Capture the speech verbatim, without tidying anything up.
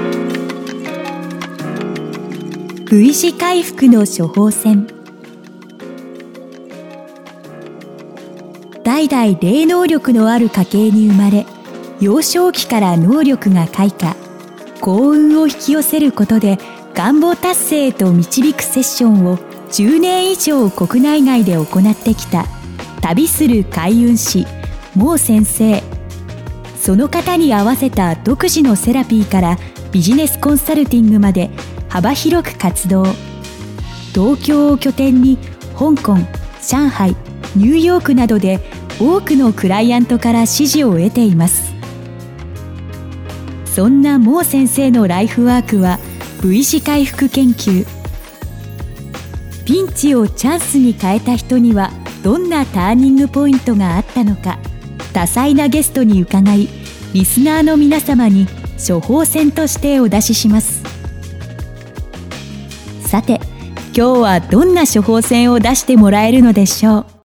V 字回復の処方箋。代々霊能力のある家系に生まれ、幼少期から能力が開花、幸運を引き寄せることで願望達成へと導くセッションをじゅうねん以上国内外で行ってきた旅する開運師毛先生。その方に合わせた独自のセラピーからビジネスコンサルティングまで幅広く活動。東京を拠点に香港、上海、ニューヨークなどで多くのクライアントから支持を得ています。そんな毛先生のライフワークは V 字回復研究。ピンチをチャンスに変えた人にはどんなターニングポイントがあったのか、多彩なゲストに伺い、リスナーの皆様に処方箋としてお出しします。さて、今日はどんな処方箋を出してもらえるのでしょう。